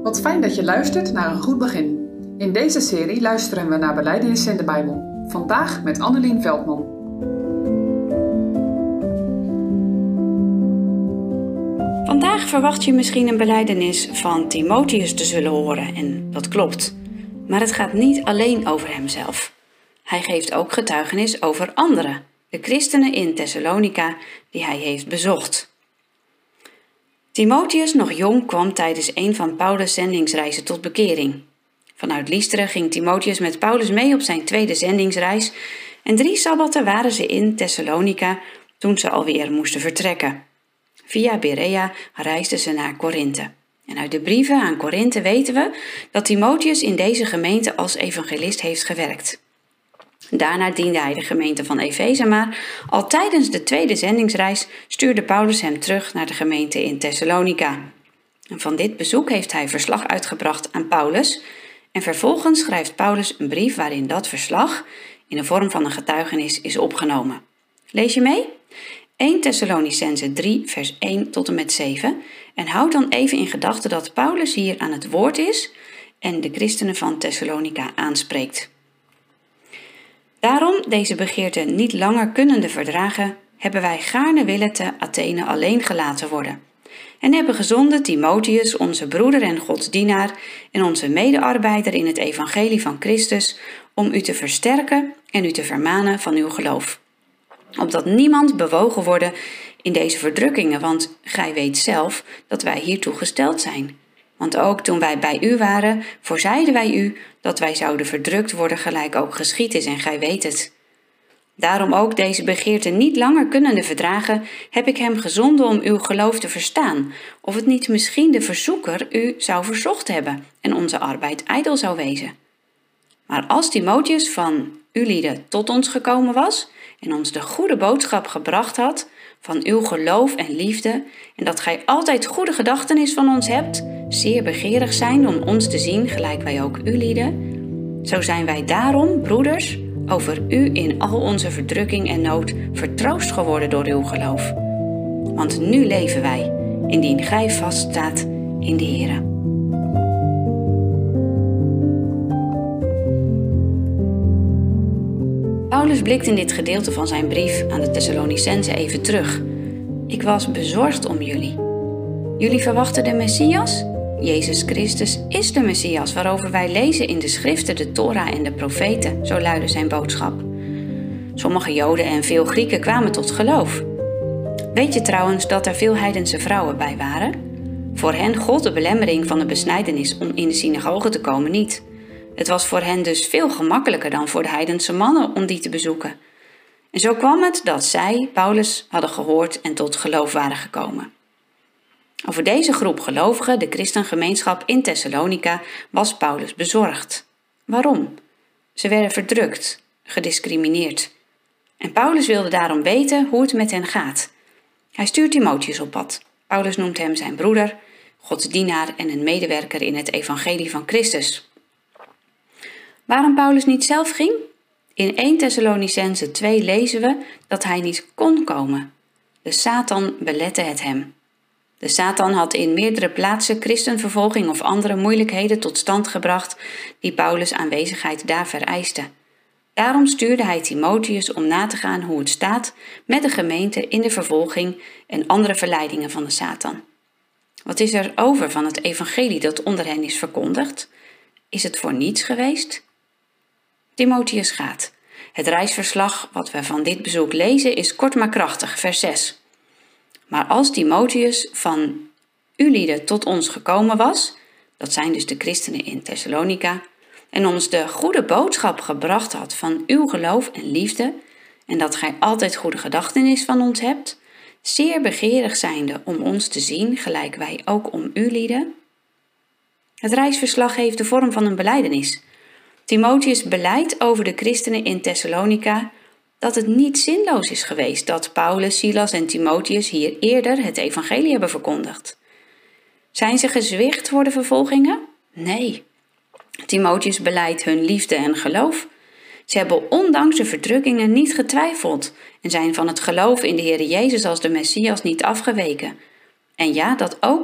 Wat fijn dat je luistert naar een goed begin. In deze serie luisteren we naar belijdenissen in de Bijbel. Vandaag met Annelien Veldman. Vandaag verwacht je misschien een belijdenis van Timotheus te zullen horen en dat klopt. Maar het gaat niet alleen over hemzelf. Hij geeft ook getuigenis over anderen, de christenen in Thessalonica die hij heeft bezocht. Timotheus, nog jong, kwam tijdens een van Paulus' zendingsreizen tot bekering. Vanuit Lystra ging Timotheus met Paulus mee op zijn tweede zendingsreis en 3 sabbatten waren ze in Thessalonica toen ze alweer moesten vertrekken. Via Berea reisden ze naar Korinthe. En uit de brieven aan Korinthe weten we dat Timotheus in deze gemeente als evangelist heeft gewerkt. Daarna diende hij de gemeente van Efeze, maar al tijdens de tweede zendingsreis stuurde Paulus hem terug naar de gemeente in Thessalonica. En van dit bezoek heeft hij verslag uitgebracht aan Paulus en vervolgens schrijft Paulus een brief waarin dat verslag in de vorm van een getuigenis is opgenomen. Lees je mee? 1 Thessalonicenzen 3 vers 1 tot en met 7 en houd dan even in gedachten dat Paulus hier aan het woord is en de christenen van Thessalonica aanspreekt. Daarom, deze begeerte niet langer kunnende verdragen, hebben wij gaarne willen te Athene alleen gelaten worden. En hebben gezonden Timotheus, onze broeder en Gods dienaar en onze medearbeider in het evangelie van Christus, om u te versterken en u te vermanen van uw geloof. Opdat niemand bewogen worden in deze verdrukkingen, want gij weet zelf dat wij hiertoe gesteld zijn. Want ook toen wij bij u waren, voorzeiden wij u dat wij zouden verdrukt worden gelijk ook geschied is en gij weet het. Daarom ook deze begeerte niet langer kunnende verdragen, heb ik hem gezonden om uw geloof te verstaan, of het niet misschien de verzoeker u zou verzocht hebben en onze arbeid ijdel zou wezen. Maar als Timotheus van ulieden tot ons gekomen was en ons de goede boodschap gebracht had van uw geloof en liefde en dat gij altijd goede gedachtenis van ons hebt, zeer begeerig zijn om ons te zien gelijk wij ook ulieden, zo zijn wij daarom, broeders, over u in al onze verdrukking en nood vertroost geworden door uw geloof. Want nu leven wij, indien gij vaststaat in de Here. Paulus blikt in dit gedeelte van zijn brief aan de Thessalonicenzen even terug. Ik was bezorgd om jullie. Jullie verwachten de Messias? Jezus Christus is de Messias waarover wij lezen in de schriften, de Torah en de profeten, zo luidde zijn boodschap. Sommige Joden en veel Grieken kwamen tot geloof. Weet je trouwens dat er veel heidense vrouwen bij waren? Voor hen gold de belemmering van de besnijdenis om in de synagoge te komen niet. Het was voor hen dus veel gemakkelijker dan voor de heidense mannen om die te bezoeken. En zo kwam het dat zij Paulus hadden gehoord en tot geloof waren gekomen. Over deze groep gelovigen, de christengemeenschap in Thessalonica, was Paulus bezorgd. Waarom? Ze werden verdrukt, gediscrimineerd. En Paulus wilde daarom weten hoe het met hen gaat. Hij stuurt Timotheus op pad. Paulus noemt hem zijn broeder, Gods dienaar en een medewerker in het evangelie van Christus. Waarom Paulus niet zelf ging? In 1 Thessalonicenzen 2 lezen we dat hij niet kon komen. De Satan belette het hem. De Satan had in meerdere plaatsen christenvervolging of andere moeilijkheden tot stand gebracht die Paulus' aanwezigheid daar vereiste. Daarom stuurde hij Timotheus om na te gaan hoe het staat met de gemeente in de vervolging en andere verleidingen van de Satan. Wat is er over van het evangelie dat onder hen is verkondigd? Is het voor niets geweest? Timotheus gaat. Het reisverslag wat we van dit bezoek lezen is kort maar krachtig, vers 6. Maar als Timotheus van ulieden tot ons gekomen was, dat zijn dus de christenen in Thessalonica, en ons de goede boodschap gebracht had van uw geloof en liefde, en dat gij altijd goede gedachtenis van ons hebt, zeer begeerig zijnde om ons te zien, gelijk wij ook om ulieden. Het reisverslag heeft de vorm van een belijdenis. Timotheus belijdt over de christenen in Thessalonica dat het niet zinloos is geweest dat Paulus, Silas en Timotheus hier eerder het evangelie hebben verkondigd. Zijn ze gezwicht voor de vervolgingen? Nee. Timotheus belijdt hun liefde en geloof. Ze hebben ondanks de verdrukkingen niet getwijfeld en zijn van het geloof in de Heer Jezus als de Messias niet afgeweken. En ja, dat ook,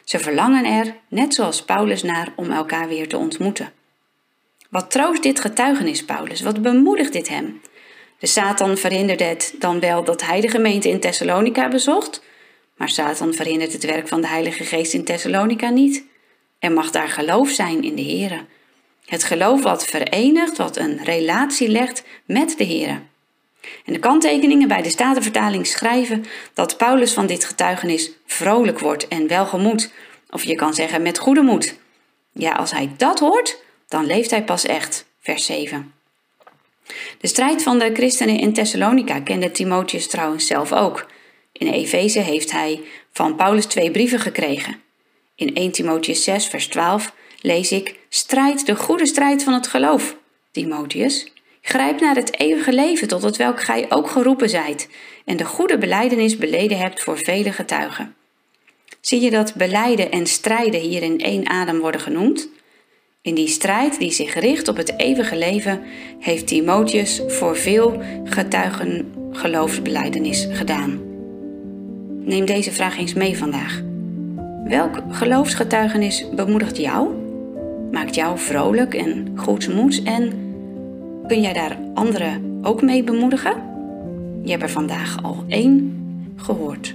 Ze verlangen er, net zoals Paulus, naar om elkaar weer te ontmoeten. Wat troost dit getuigenis Paulus, wat bemoedigt dit hem? De Satan verhinderde het dan wel dat hij de gemeente in Thessalonica bezocht, maar Satan verhindert het werk van de Heilige Geest in Thessalonica niet. Er mag daar geloof zijn in de Here. Het geloof wat verenigt, wat een relatie legt met de Here. En de kanttekeningen bij de Statenvertaling schrijven dat Paulus van dit getuigenis vrolijk wordt en welgemoed, of je kan zeggen met goede moed. Ja, als hij dat hoort, dan leeft hij pas echt. Vers 7. De strijd van de christenen in Thessalonica kende Timotheus trouwens zelf ook. In Efeze heeft hij van Paulus 2 brieven gekregen. In 1 Timotheus 6 vers 12 lees ik: strijd de goede strijd van het geloof, Timotheus. Grijp naar het eeuwige leven tot het welk gij ook geroepen zijt en de goede belijdenis beleden hebt voor vele getuigen. Zie je dat belijden en strijden hier in één adem worden genoemd? In die strijd die zich richt op het eeuwige leven heeft Timotheus voor veel getuigen geloofsbelijdenis gedaan. Neem deze vraag eens mee vandaag. Welk geloofsgetuigenis bemoedigt jou? Maakt jou vrolijk en goedsmoeds en kun jij daar anderen ook mee bemoedigen? Je hebt er vandaag al 1 gehoord.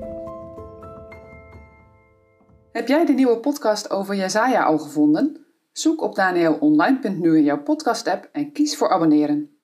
Heb jij de nieuwe podcast over Jesaja al gevonden? Zoek op danielonline.nu in jouw podcast-app en kies voor abonneren.